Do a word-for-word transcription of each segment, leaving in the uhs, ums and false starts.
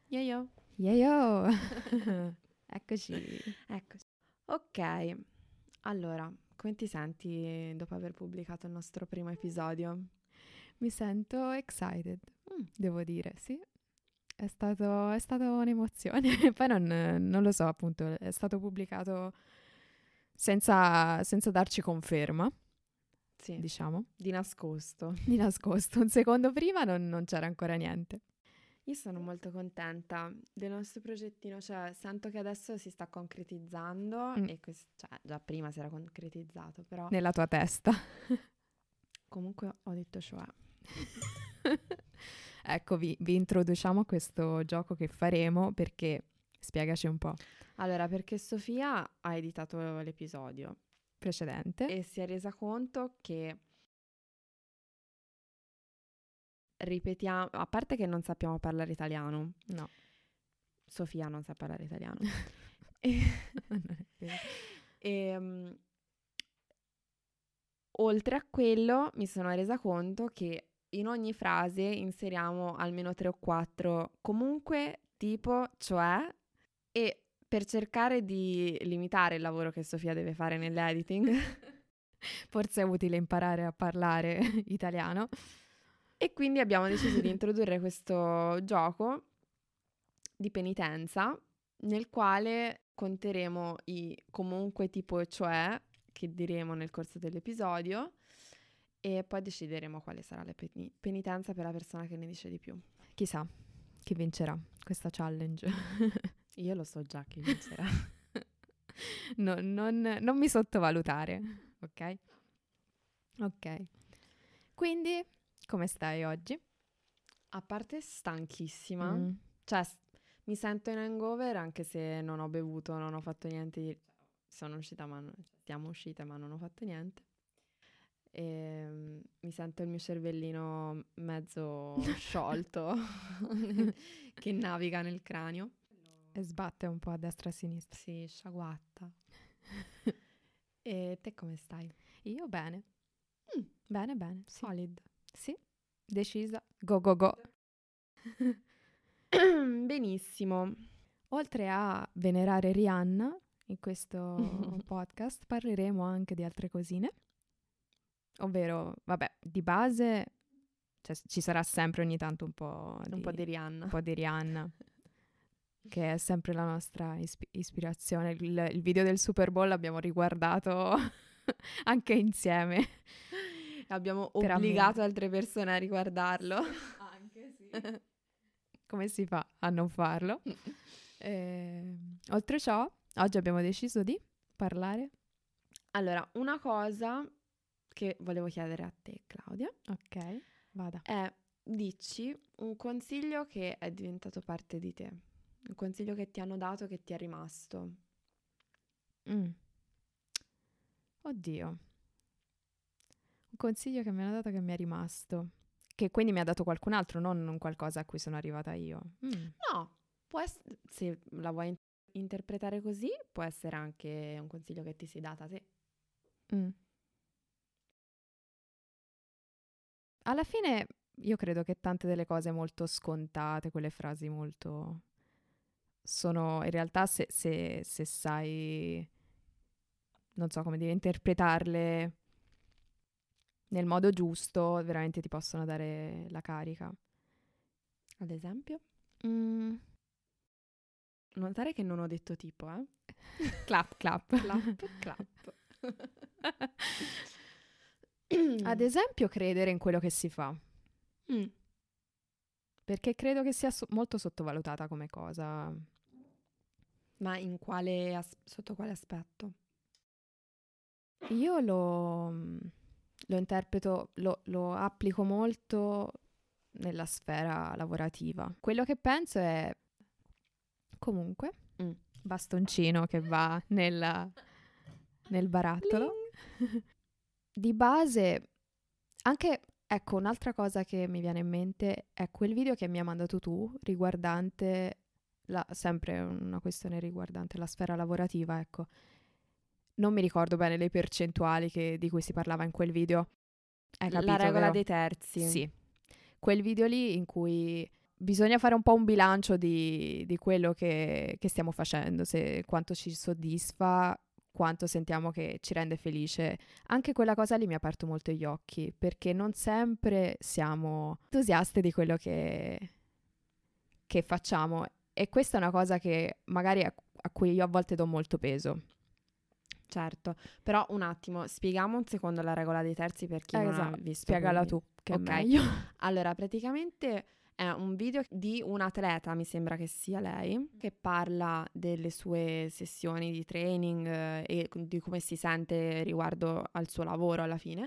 Yo yo. Yo yo. Eccoci. Eccoci. Ok, allora, come ti senti dopo aver pubblicato il nostro primo episodio? Mi sento excited, Mm, devo dire, sì. È stato, è stata un'emozione. Poi non, non lo so, appunto, è stato pubblicato senza, senza darci conferma, sì, diciamo, di nascosto. di nascosto. Un secondo prima non, non c'era ancora niente. Io sono molto contenta del nostro progettino, cioè sento che adesso si sta concretizzando Mm, e quest- cioè, già prima si era concretizzato, però nella tua testa. comunque ho detto cioè. Ecco, vi, vi introduciamo a questo gioco che faremo perché, spiegaci un po', Allora, perché Sofia ha editato l'episodio precedente. e si è resa conto che ripetiamo, a parte che non sappiamo parlare italiano, No. Sofia non sa parlare italiano, e, Non è vero. e, um, oltre a quello mi sono resa conto che in ogni frase inseriamo almeno tre o quattro comunque, tipo, cioè, e per cercare di limitare il lavoro che Sofia deve fare nell'editing. Forse è utile imparare a parlare italiano. E quindi abbiamo deciso di introdurre questo gioco di penitenza nel quale conteremo i comunque tipo e cioè che diremo nel corso dell'episodio e poi decideremo quale sarà la peni- penitenza per la persona che ne dice di più. Chissà chi vincerà questa challenge. Io lo so già chi vincerà. No, non, non mi sottovalutare, ok? Ok. Quindi, come stai oggi? A parte stanchissima, Mm. cioè s- mi sento in hangover anche se non ho bevuto, non ho fatto niente di... Sono uscita, ma non- siamo uscite, ma non ho fatto niente. E mm, mi sento il mio cervellino mezzo sciolto che naviga nel cranio. E sbatte un po' a destra e a sinistra. Sì, sciaguatta. E te come stai? Io bene. Mm, Bene, bene, sì. solid. Sì, decisa. Go, go, go. Benissimo. Oltre a venerare Rihanna, in questo podcast parleremo anche di altre cosine. Ovvero, vabbè, di base cioè, ci sarà sempre ogni tanto un po' Un di, po' di un Rihanna. po' di Rihanna, che è sempre la nostra ispi- ispirazione. Il, il video del Super Bowl l'abbiamo riguardato anche insieme Abbiamo per obbligato ammirare. altre persone a riguardarlo. Anche sì. Come si fa a non farlo? Eh, oltre ciò, oggi abbiamo deciso di parlare. Allora, una cosa che volevo chiedere a te, Claudia, Ok, vada. è dici un consiglio che è diventato parte di te, un consiglio che ti hanno dato che ti è rimasto. Mm. Oddio, un consiglio che mi hanno dato che mi è rimasto. Che quindi mi ha dato qualcun altro, non un qualcosa a cui sono arrivata io. Mm. No, può essere, se la vuoi in- interpretare così, può essere anche un consiglio che ti sei data te. Mm. Alla fine io credo che tante delle cose molto scontate, quelle frasi molto... sono in realtà se, se, se sai, non so come dire, interpretarle nel modo giusto, veramente ti possono dare la carica. Ad esempio? Mm. Notare che non ho detto tipo, eh? Clap, clap. Clap, clap. Ad esempio, credere in quello che si fa. Mm. Perché credo che sia so- molto sottovalutata come cosa. Ma in quale as- sotto quale aspetto? Io lo, lo interpreto, lo, lo applico molto nella sfera lavorativa. Quello che penso è, comunque, Mm. bastoncino che va nella- nel barattolo. Bling. Di base, anche, ecco, un'altra cosa che mi viene in mente è quel video che mi hai mandato tu, riguardante, la- sempre una questione riguardante la sfera lavorativa, ecco. Non mi ricordo bene le percentuali che- di cui si parlava in quel video. Hai La capito, regola vero? dei terzi. Sì. Quel video lì in cui bisogna fare un po' un bilancio di, di quello che, che stiamo facendo, se quanto ci soddisfa, quanto sentiamo che ci rende felice. Anche quella cosa lì mi ha aperto molto gli occhi, perché non sempre siamo entusiaste di quello che, che facciamo, e questa è una cosa che magari a, a cui io a volte do molto peso. Certo, però un attimo, spieghiamo un secondo la regola dei terzi per chi Eh, non esatto. ha visto. Spiegala quindi. tu, che Ok. è meglio. Allora, praticamente è un video di un'atleta, mi sembra che sia lei, che parla delle sue sessioni di training eh, e di come si sente riguardo al suo lavoro alla fine.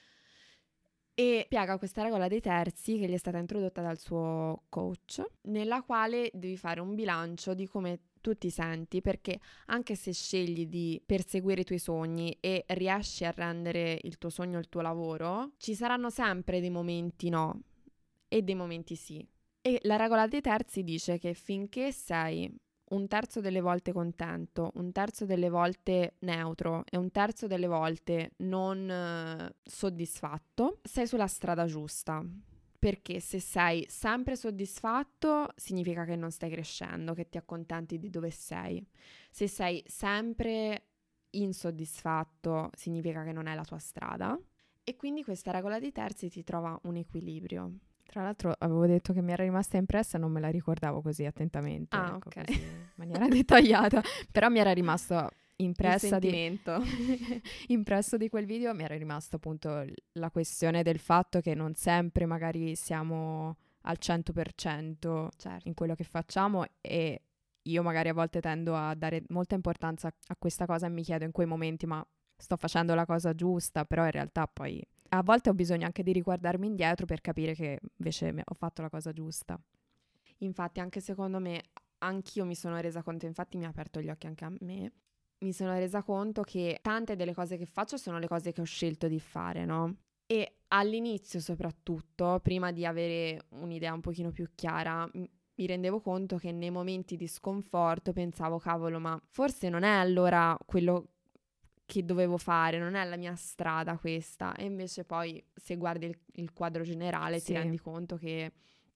E spiega questa regola dei terzi che gli è stata introdotta dal suo coach, nella quale devi fare un bilancio di come tu ti senti, perché anche se scegli di perseguire i tuoi sogni e riesci a rendere il tuo sogno il tuo lavoro, ci saranno sempre dei momenti no e dei momenti sì. E la regola dei terzi dice che finché sei un terzo delle volte contento, un terzo delle volte neutro e un terzo delle volte non eh, soddisfatto, sei sulla strada giusta. Perché se sei sempre soddisfatto significa che non stai crescendo, che ti accontenti di dove sei. Se sei sempre insoddisfatto significa che non è la tua strada. E quindi questa regola dei terzi ti trova un equilibrio. Tra l'altro avevo detto che mi era rimasta impressa, non me la ricordavo così attentamente, Ah, ecco, ok. così, in maniera dettagliata, però mi era rimasto impressa Il di sentimento. impresso di quel video, mi era rimasto appunto l- la questione del fatto che non sempre magari siamo al cento per cento Certo. in quello che facciamo, e io magari a volte tendo a dare molta importanza a questa cosa e mi chiedo in quei momenti, ma sto facendo la cosa giusta? Però in realtà poi a volte ho bisogno anche di riguardarmi indietro per capire che invece mi- ho fatto la cosa giusta. Infatti anche secondo me, anch'io mi sono resa conto, infatti mi ha aperto gli occhi anche a me, mi sono resa conto che tante delle cose che faccio sono le cose che ho scelto di fare, no? E all'inizio soprattutto, prima di avere un'idea un pochino più chiara, m- mi rendevo conto che nei momenti di sconforto pensavo, cavolo, ma forse non è allora quello che dovevo fare, non è la mia strada questa. E invece poi se guardi il, il quadro generale ti Sì. rendi conto che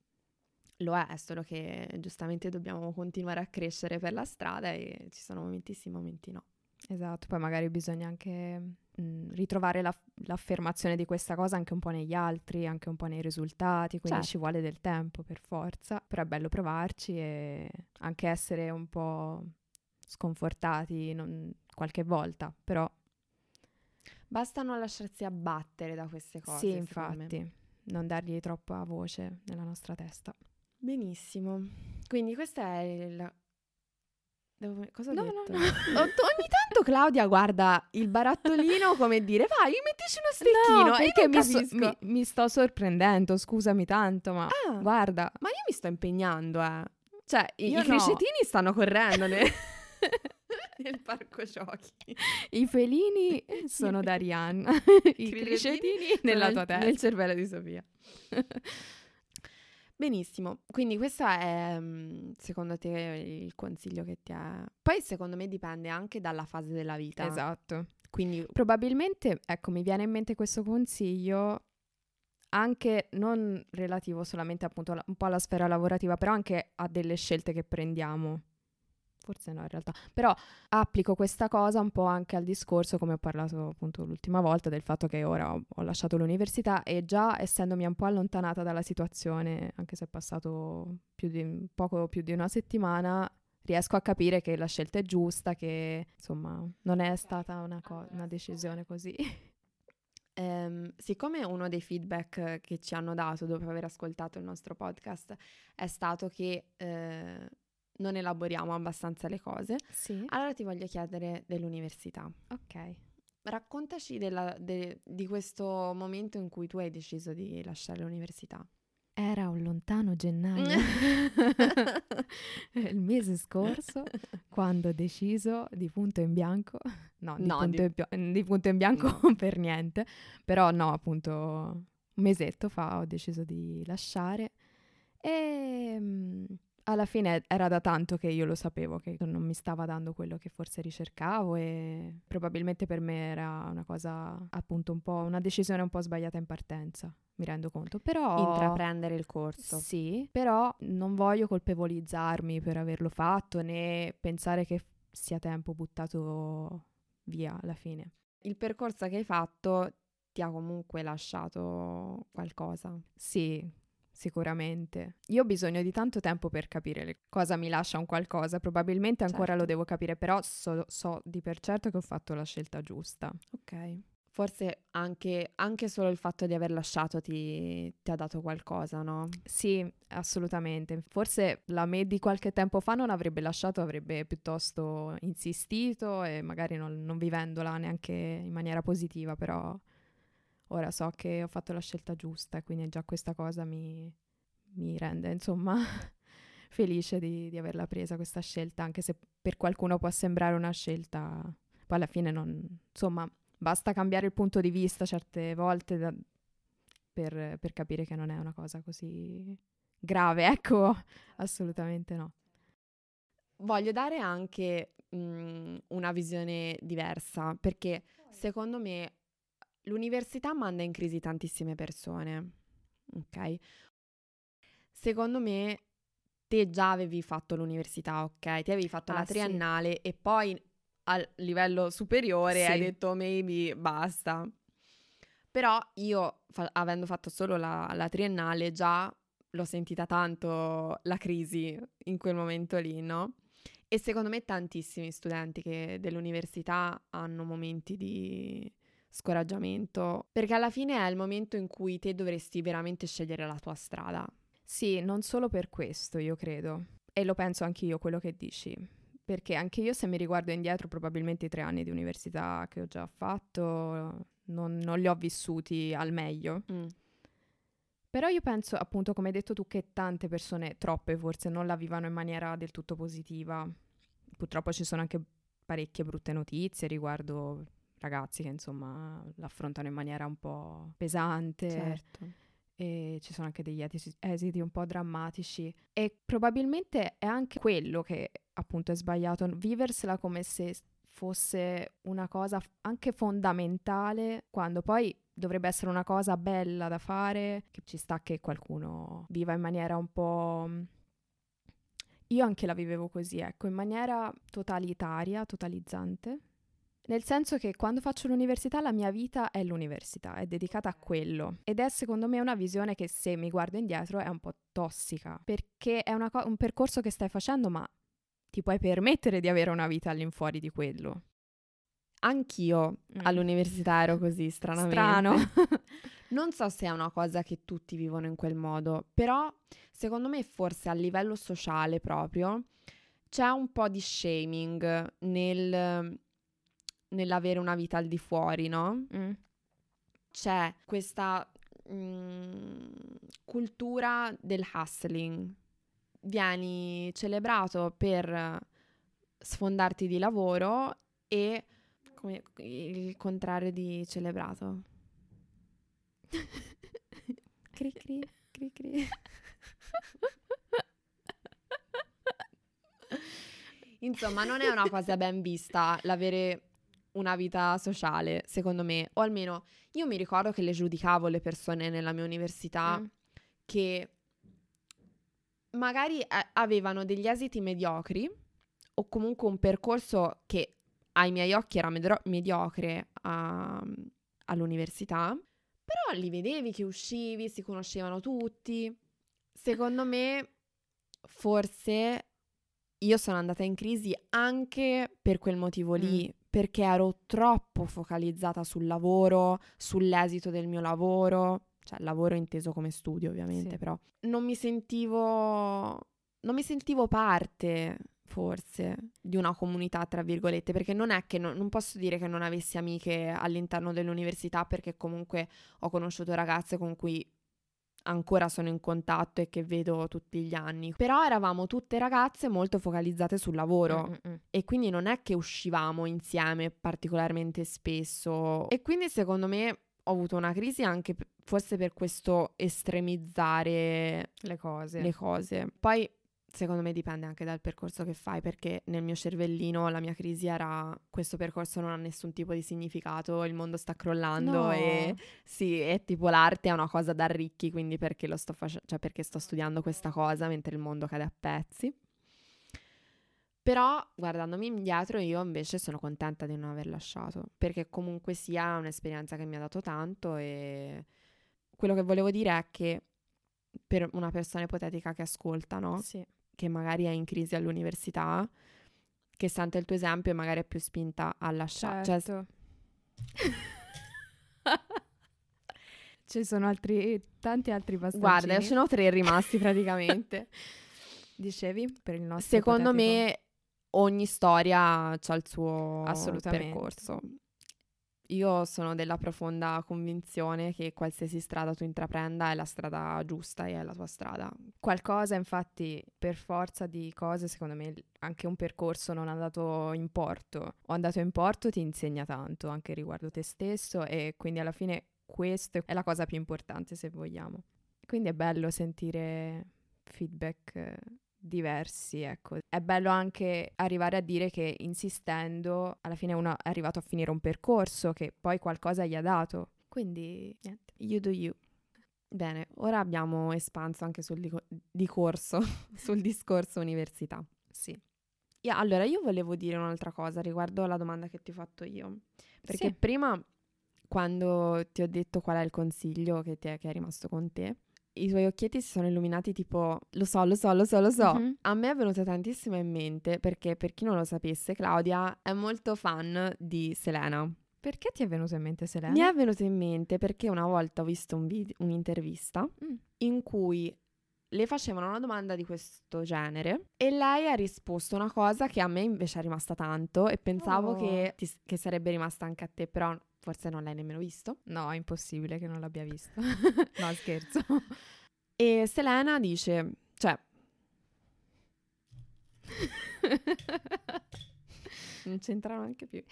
lo è, solo che giustamente dobbiamo continuare a crescere per la strada e ci sono momenti sì, momenti no. Esatto, poi magari bisogna anche mh, ritrovare la- l'affermazione di questa cosa anche un po' negli altri, anche un po' nei risultati, quindi Certo. ci vuole del tempo per forza, però è bello provarci e anche essere un po' sconfortati non- qualche volta, però Basta non lasciarsi abbattere da queste cose, sì, secondo me. infatti, non dargli troppa voce nella nostra testa. Benissimo. Quindi questa è il... Devo- Cosa ho No, detto? no, no. O- Ogni tanto Claudia guarda il barattolino come dire vai, mettici uno stecchino. No, E io perché non mi, so- capisco. mi- mi sto sorprendendo, scusami tanto, ma Ah, guarda. ma io mi sto impegnando, eh. Cioè, i, Io i no. cricetini stanno correndo ne- nel parco giochi. I felini sono da Rihanna, i cricetini sono nella nel- tua testa. Nel cervello di Sofia. Benissimo, quindi questo è mm, secondo te il consiglio che ti è... Poi secondo me dipende anche dalla fase della vita. Esatto. Quindi Probabilmente, ecco, mi viene in mente questo consiglio anche non relativo solamente appunto alla- un po' alla sfera lavorativa, però anche a delle scelte che prendiamo. Forse no, in realtà. Però applico questa cosa un po' anche al discorso, come ho parlato appunto l'ultima volta, del fatto che ora ho, ho lasciato l'università e già essendomi un po' allontanata dalla situazione, anche se è passato più di, poco più di una settimana, riesco a capire che la scelta è giusta, che insomma non è stata una, co- una decisione così. ehm, siccome uno dei feedback che ci hanno dato dopo aver ascoltato il nostro podcast è stato che eh, non elaboriamo abbastanza le cose, Sì. allora ti voglio chiedere dell'università. Ok. Raccontaci della- de- di questo momento in cui tu hai deciso di lasciare l'università. Era un lontano gennaio, il mese scorso, quando ho deciso di punto in bianco, no, di, No, punto, di- in pio- di punto in bianco No. per niente, però no, appunto un mesetto fa ho deciso di lasciare e mm, alla fine era da tanto che io lo sapevo che non mi stava dando quello che forse ricercavo e probabilmente per me era una cosa, appunto, un po' una decisione un po' sbagliata in partenza, mi rendo conto. Però intraprendere il corso. Sì, però non voglio colpevolizzarmi per averlo fatto né pensare che sia tempo buttato via alla fine. Il percorso che hai fatto ti ha comunque lasciato qualcosa. Sì, sicuramente. Io ho bisogno di tanto tempo per capire le- cosa mi lascia un qualcosa. Probabilmente ancora Certo. lo devo capire, però so, so di per certo che ho fatto la scelta giusta. Ok. Forse anche, anche solo il fatto di aver lasciato ti, ti ha dato qualcosa, no? Sì, assolutamente. Forse la me di qualche tempo fa non avrebbe lasciato, avrebbe piuttosto insistito e magari non, non vivendola neanche in maniera positiva, però ora so che ho fatto la scelta giusta e quindi già questa cosa mi, mi rende, insomma, felice di, di averla presa questa scelta, anche se per qualcuno può sembrare una scelta, poi alla fine non, insomma, basta cambiare il punto di vista certe volte da- per, per capire che non è una cosa così grave, ecco, assolutamente no. Voglio dare anche mh, una visione diversa, perché secondo me l'università manda in crisi tantissime persone, ok? Secondo me te già avevi fatto l'università, ok? Ti avevi fatto Ah, la sì. triennale e poi al livello superiore Sì. hai detto maybe basta. Però io, fa- avendo fatto solo la, la triennale, già l'ho sentita tanto la crisi in quel momento lì, no? E secondo me tantissimi studenti che dell'università hanno momenti di scoraggiamento, perché alla fine è il momento in cui te dovresti veramente scegliere la tua strada. Sì, non solo per questo, io credo. E lo penso anch'io, quello che dici. Perché anche io, se mi riguardo indietro, probabilmente i tre anni di università che ho già fatto non, non li ho vissuti al meglio. Mm. Però io penso, appunto, come hai detto tu, che tante persone, troppe forse, non la vivano in maniera del tutto positiva. Purtroppo ci sono anche parecchie brutte notizie riguardo ragazzi che, insomma, l'affrontano in maniera un po' pesante. Certo. E ci sono anche degli esi- esiti un po' drammatici e probabilmente è anche quello che appunto è sbagliato, viversela come se fosse una cosa f- anche fondamentale, quando poi dovrebbe essere una cosa bella da fare, che ci sta che qualcuno viva in maniera un po'... Io anche la vivevo così, ecco, in maniera totalitaria, totalizzante. Nel senso che quando faccio l'università la mia vita è l'università, è dedicata a quello. Ed è secondo me una visione che se mi guardo indietro è un po' tossica, perché è una co- un percorso che stai facendo ma ti puoi permettere di avere una vita all'infuori di quello. Anch'io Mm. all'università ero così, stranamente. Strano. Non so se è una cosa che tutti vivono in quel modo, però secondo me forse a livello sociale proprio c'è un po' di shaming nel, nell'avere una vita al di fuori, no? Mm. C'è questa mm, cultura del hustling. Vieni celebrato per sfondarti di lavoro e come il contrario di celebrato. Cri cri, cri cri. Insomma, non è una cosa ben vista l'avere una vita sociale, secondo me. O almeno io mi ricordo che le giudicavo le persone nella mia università Mm. che magari eh, avevano degli esiti mediocri o comunque un percorso che ai miei occhi era medro- mediocre a- all'università, però li vedevi che uscivi, si conoscevano tutti. Secondo me, forse io sono andata in crisi anche per quel motivo lì, Mm. perché ero troppo focalizzata sul lavoro, sull'esito del mio lavoro, cioè lavoro inteso come studio ovviamente, Sì. però non mi sentivo non mi sentivo parte forse di una comunità tra virgolette, perché non è che non, non posso dire che non avessi amiche all'interno dell'università, perché comunque ho conosciuto ragazze con cui ancora sono in contatto e che vedo tutti gli anni. Però eravamo tutte ragazze molto focalizzate sul lavoro. Mm-mm. E quindi non è che uscivamo insieme particolarmente spesso. E quindi secondo me ho avuto una crisi anche p- forse per questo estremizzare Le cose. le cose. Poi secondo me dipende anche dal percorso che fai, perché nel mio cervellino la mia crisi era: questo percorso non ha nessun tipo di significato, il mondo sta crollando No. e sì, e tipo l'arte è una cosa da ricchi, quindi perché lo sto facendo, cioè perché sto studiando questa cosa mentre il mondo cade a pezzi. Però guardandomi indietro io invece sono contenta di non aver lasciato, perché comunque sia un'esperienza che mi ha dato tanto. E quello che volevo dire è che per una persona ipotetica che ascolta, no? Sì. Che magari è in crisi all'università, che sente il tuo esempio e magari è più spinta a lasciare. Certo. Cioè, ci sono altri, tanti altri bastoncini. Guarda, io sono tre rimasti praticamente. Dicevi per il nostro Secondo ipotetico... me ogni storia ha il suo Assolutamente. percorso. Io sono della profonda convinzione che qualsiasi strada tu intraprenda è la strada giusta e è la tua strada. Qualcosa, infatti, per forza di cose, secondo me anche un percorso non andato in porto o andato in porto ti insegna tanto anche riguardo te stesso, e quindi alla fine questo è la cosa più importante, se vogliamo. Quindi è bello sentire feedback eh, diversi, ecco. È bello anche arrivare a dire che insistendo alla fine uno è arrivato a finire un percorso che poi qualcosa gli ha dato. Quindi niente. You do you. Bene, ora abbiamo espanso anche sul di, di corso, sul discorso università. Sì. Io, allora, io volevo dire un'altra cosa riguardo la domanda che ti ho fatto io. Perché Sì. prima, quando ti ho detto qual è il consiglio che, ti è, che è rimasto con te, i tuoi occhietti si sono illuminati tipo, lo so, lo so, lo so, lo so. Mm-hmm. A me è venuto tantissimo in mente, perché per chi non lo sapesse, Claudia è molto fan di Selena. Perché ti è venuto in mente Selena? Mi è venuto in mente perché una volta ho visto un video, un'intervista Mm. in cui le facevano una domanda di questo genere e lei ha risposto una cosa che a me invece è rimasta tanto e pensavo Oh. che, ti, che sarebbe rimasta anche a te, però forse non l'hai nemmeno visto. No, è impossibile che non l'abbia visto. No, scherzo. E Selena dice, cioè, non c'entrano anche più.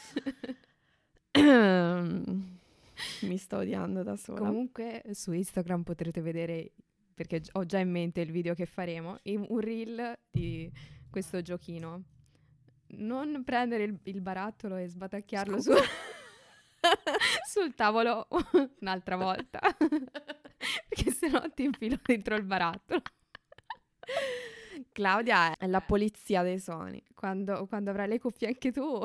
Mi sto odiando da sola. Comunque su Instagram potrete vedere, perché ho già in mente il video che faremo, un reel di questo giochino. Non prendere il, il barattolo e sbatacchiarlo su, sul tavolo un'altra volta, perché sennò ti infilo dentro il barattolo. Claudia è la polizia dei suoni. Quando, quando avrai le cuffie anche tu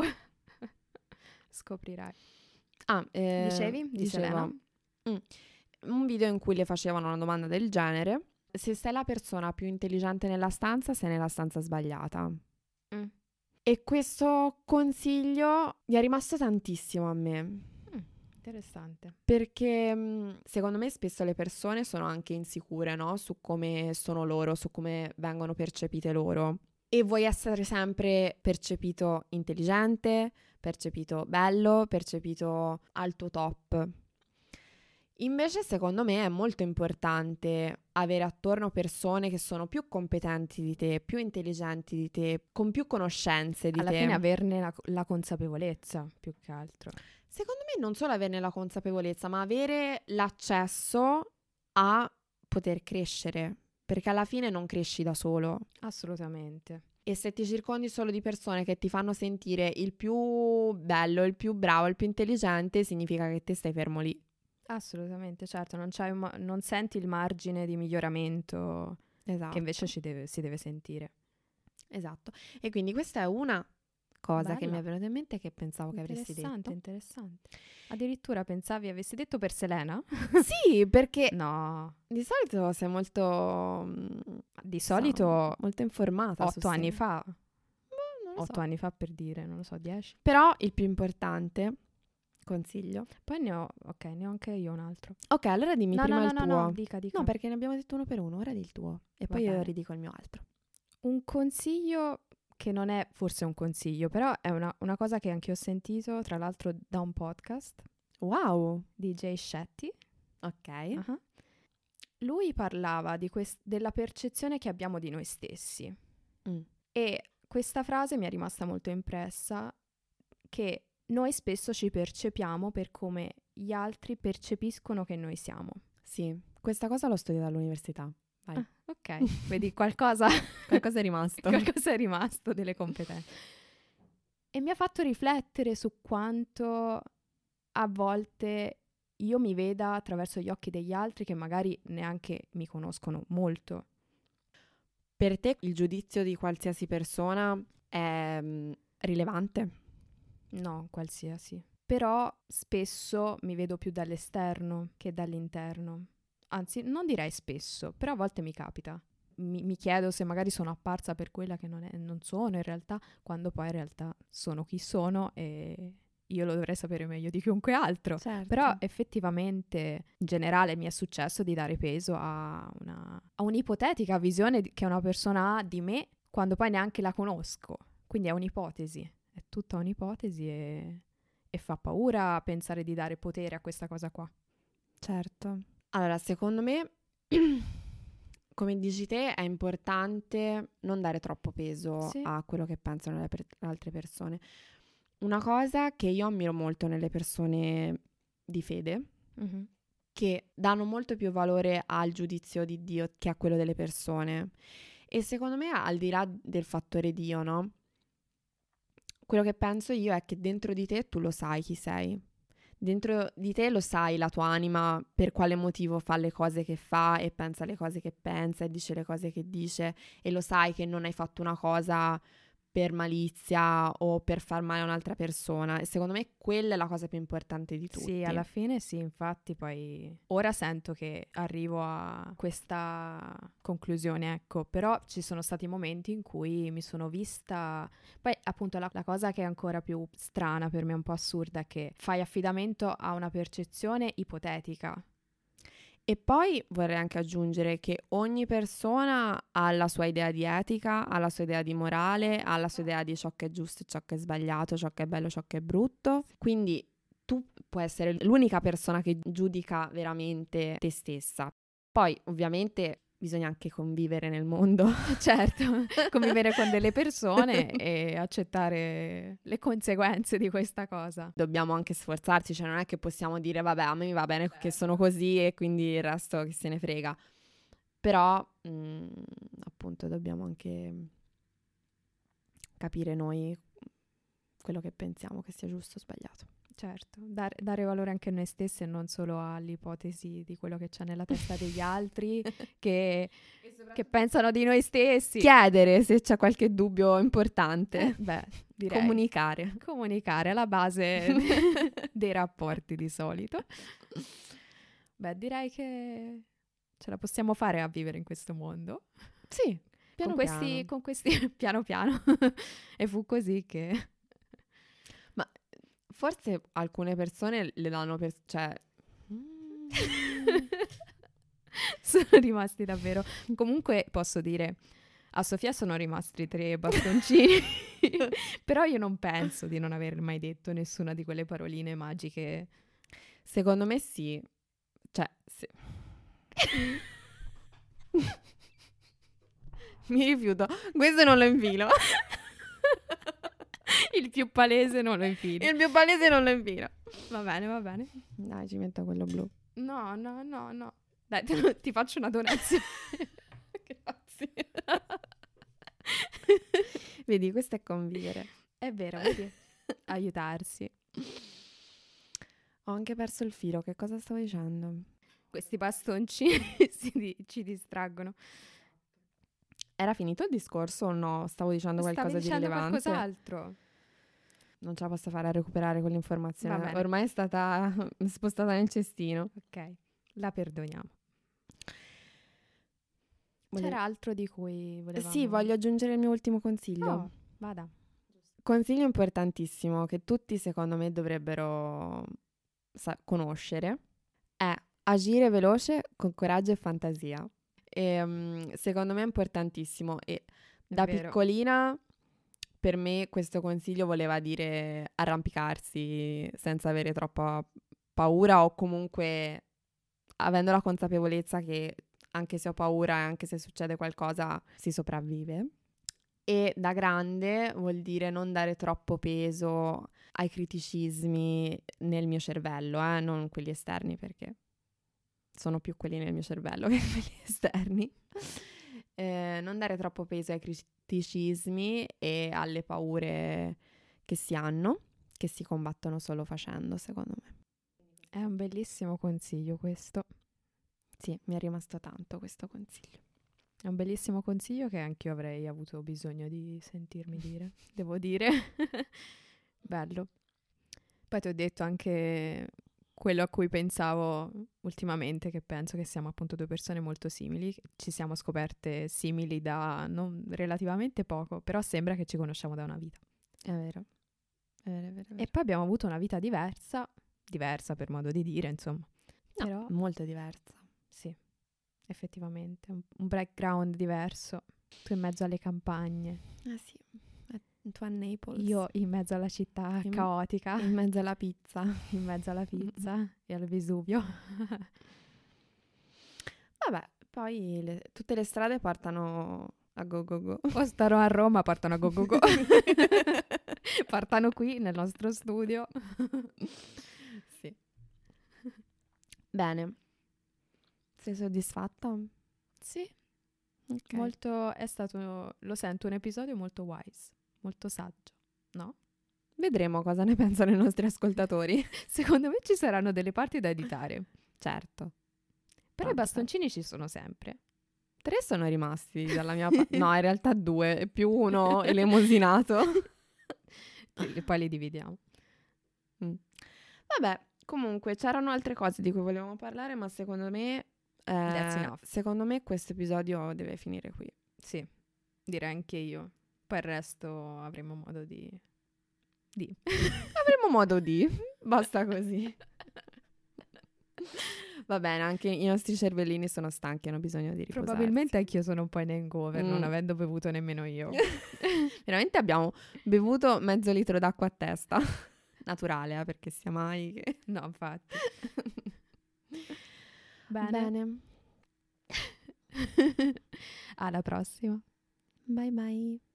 scoprirai. Ah, eh, Dicevi? Di dicevo, Selena? mm, un video in cui le facevano una domanda del genere: se sei la persona più intelligente nella stanza, sei nella stanza sbagliata. Mm. E questo consiglio mi è rimasto tantissimo a me. Mm, interessante. Perché mh, secondo me spesso le persone sono anche insicure, no? Su come sono loro, su come vengono percepite loro. E vuoi essere sempre percepito intelligente, percepito bello, percepito al tuo top. Invece secondo me è molto importante avere attorno persone che sono più competenti di te, più intelligenti di te, con più conoscenze di Alla te. fine averne la, la consapevolezza, più che altro. Secondo me non solo averne la consapevolezza, ma avere l'accesso a poter crescere, perché alla fine non cresci da solo. Assolutamente. E se ti circondi solo di persone che ti fanno sentire il più bello, il più bravo, il più intelligente, significa che te stai fermo lì. Assolutamente, certo, non, c'hai un ma- non senti il margine di miglioramento Esatto. che invece ci deve- si deve sentire. Esatto. E quindi questa è una cosa Bella. che mi è venuta in mente che pensavo che avresti Interessante, detto. interessante. Addirittura pensavi avessi detto per Selena? Sì, perché No, di solito sei molto mm, di so, solito molto informata su otto anni se- fa, Boh, non lo otto so. anni fa per dire, non lo so, dieci. Però il più importante consiglio. Poi ne ho, ok, ne ho anche io un altro. Ok, allora dimmi No, prima no, no, il no, tuo. no, dica, dica. No, perché ne abbiamo detto uno per uno, ora di il tuo. E Va poi io bene. ridico il mio altro. Un consiglio che non è forse un consiglio, però è una, una cosa che anche ho sentito, tra l'altro, da un podcast Wow. di Jay Shetty. Ok. Uh-huh. Lui parlava di quest- della percezione che abbiamo di noi stessi. Mm. E questa frase mi è rimasta molto impressa, che noi spesso ci percepiamo per come gli altri percepiscono che noi siamo. Sì, questa cosa l'ho studiata all'università. Vai. Ah, ok, vedi qualcosa, Qualcosa è rimasto. qualcosa è rimasto delle competenze. E mi ha fatto riflettere su quanto a volte io mi veda attraverso gli occhi degli altri che magari neanche mi conoscono molto. Per te il giudizio di qualsiasi persona è mm, rilevante? No, qualsiasi. Però spesso mi vedo più dall'esterno che dall'interno. Anzi, non direi spesso, però a volte mi capita. Mi, mi chiedo se magari sono apparsa per quella che non, è, non sono in realtà, quando poi in realtà sono chi sono e io lo dovrei sapere meglio di chiunque altro. Certo. Però effettivamente in generale mi è successo di dare peso a, una, a un'ipotetica visione di- che una persona ha di me quando poi neanche la conosco. Quindi è un'ipotesi, è tutta un'ipotesi e, e fa paura pensare di dare potere a questa cosa qua. Certo. Allora, secondo me, come dici te, è importante non dare troppo peso Sì. a quello che pensano le per- altre persone. Una cosa che io ammiro molto nelle persone di fede, Mhm. che danno molto più valore al giudizio di Dio che a quello delle persone. E secondo me, al di là del fattore Dio, no? Quello che penso io è che dentro di te tu lo sai chi sei. Dentro di te lo sai la tua anima per quale motivo fa le cose che fa e pensa le cose che pensa e dice le cose che dice, e lo sai che non hai fatto una cosa per malizia o per far male a un'altra persona. E secondo me quella è la cosa più importante di tutti. Sì, alla fine sì, infatti poi ora sento che arrivo a questa conclusione, ecco, però ci sono stati momenti in cui mi sono vista, poi appunto la, la cosa che è ancora più strana per me, un po' assurda, è che fai affidamento a una percezione ipotetica. E poi vorrei anche aggiungere che ogni persona ha la sua idea di etica, ha la sua idea di morale, ha la sua idea di ciò che è giusto e ciò che è sbagliato, ciò che è bello e ciò che è brutto. Quindi tu puoi essere l'unica persona che giudica veramente te stessa. Poi, ovviamente, bisogna anche convivere nel mondo. Certo, convivere con delle persone e accettare le conseguenze di questa cosa. Dobbiamo anche sforzarci, cioè non è che possiamo dire vabbè, a me mi va bene che sono così e quindi il resto chi se ne frega. Però, mh, appunto, dobbiamo anche capire noi quello che pensiamo che sia giusto o sbagliato. Certo, dar- dare valore anche a noi stessi e non solo all'ipotesi di quello che c'è nella testa degli altri che, che pensano di noi stessi. Chiedere se c'è qualche dubbio importante. Eh, beh, direi. Comunicare. Comunicare alla base dei rapporti di solito. Beh, direi che ce la possiamo fare a vivere in questo mondo. Sì, piano con questi, piano. con questi piano piano. E fu così che... Ma forse alcune persone le danno per... cioè... sono rimasti davvero... Comunque posso dire, a Sofia sono rimasti tre bastoncini, però io non penso di non aver mai detto nessuna di quelle paroline magiche. Secondo me sì. Cioè, sì. Mi rifiuto. Questo non lo infilo. Il più palese non lo infili. Il più palese non lo infilo. Va bene, va bene. Dai, ci metto quello blu. No, no, no, no. Dai, te- ti faccio una donazione. Grazie. Vedi, questo è convivere. È vero, vedi? Aiutarsi. Ho anche perso il filo. Che cosa stavo dicendo? Questi bastoncini si di- ci distraggono. Era finito il discorso o no? Stavo dicendo qualcosa Stavi di dicendo rilevante. qualcos'altro? Non ce la posso fare a recuperare Va quell'informazione. bene. Ormai è stata spostata nel cestino. Ok, la perdoniamo. Volevo- C'era altro di cui volevamo... Sì, voglio aggiungere il mio ultimo consiglio. Oh, vada. Consiglio importantissimo che tutti, secondo me, dovrebbero sa- conoscere è agire veloce con coraggio e fantasia. E, mm, secondo me è importantissimo. E da vero. piccolina, per me, questo consiglio voleva dire arrampicarsi senza avere troppa paura o comunque avendo la consapevolezza che anche se ho paura e anche se succede qualcosa si sopravvive. E da grande vuol dire non dare troppo peso ai criticismi nel mio cervello, eh, non quelli esterni, perché sono più quelli nel mio cervello che quelli esterni. Eh, non dare troppo peso ai criticismi e alle paure che si hanno, che si combattono solo facendo, secondo me. È un bellissimo consiglio questo. Sì, mi è rimasto tanto questo consiglio. È un bellissimo consiglio che anch'io avrei avuto bisogno di sentirmi dire, devo dire. Bello. Poi ti ho detto anche quello a cui pensavo ultimamente, che penso che siamo appunto due persone molto simili. Ci siamo scoperte simili da non relativamente poco, però sembra che ci conosciamo da una vita. È vero. È vero, è vero, è vero. E poi abbiamo avuto una vita diversa, diversa per modo di dire, insomma. No, Però molto diversa. sì, effettivamente, un, un background diverso. Tu in mezzo alle campagne, Ah sì, tu a Naples. io in mezzo alla città In- caotica, in mezzo alla pizza. in mezzo alla pizza e al Vesuvio. Vabbè, poi le- tutte le strade portano a go go go. O starò a Roma, portano a go go go. Portano qui nel nostro studio. Sì. Bene. Sei soddisfatta? Sì, Ok. molto, è stato, lo sento, un episodio molto wise, molto saggio, no? Vedremo cosa ne pensano i nostri ascoltatori. Secondo me ci saranno delle parti da editare, Certo. però i Tanto, bastoncini ci sono sempre. Tre sono rimasti dalla mia parte. No, in realtà due, più uno elemosinato. E poi li dividiamo. Mm. Vabbè, comunque c'erano altre cose di cui volevamo parlare, ma secondo me That's eh, enough. secondo me questo episodio deve finire qui. Sì, direi anche io. Poi il resto avremo modo di... di. Avremo modo di. Basta così. Va bene, anche i nostri cervellini sono stanchi, hanno bisogno di riposarsi. Probabilmente anch'io sono un po' in hangover, non Mm. avendo bevuto nemmeno io. Veramente abbiamo bevuto mezzo litro d'acqua a testa. Naturale, eh, perché sia mai che... No, infatti. Bene. Bene. Alla prossima. Bye bye.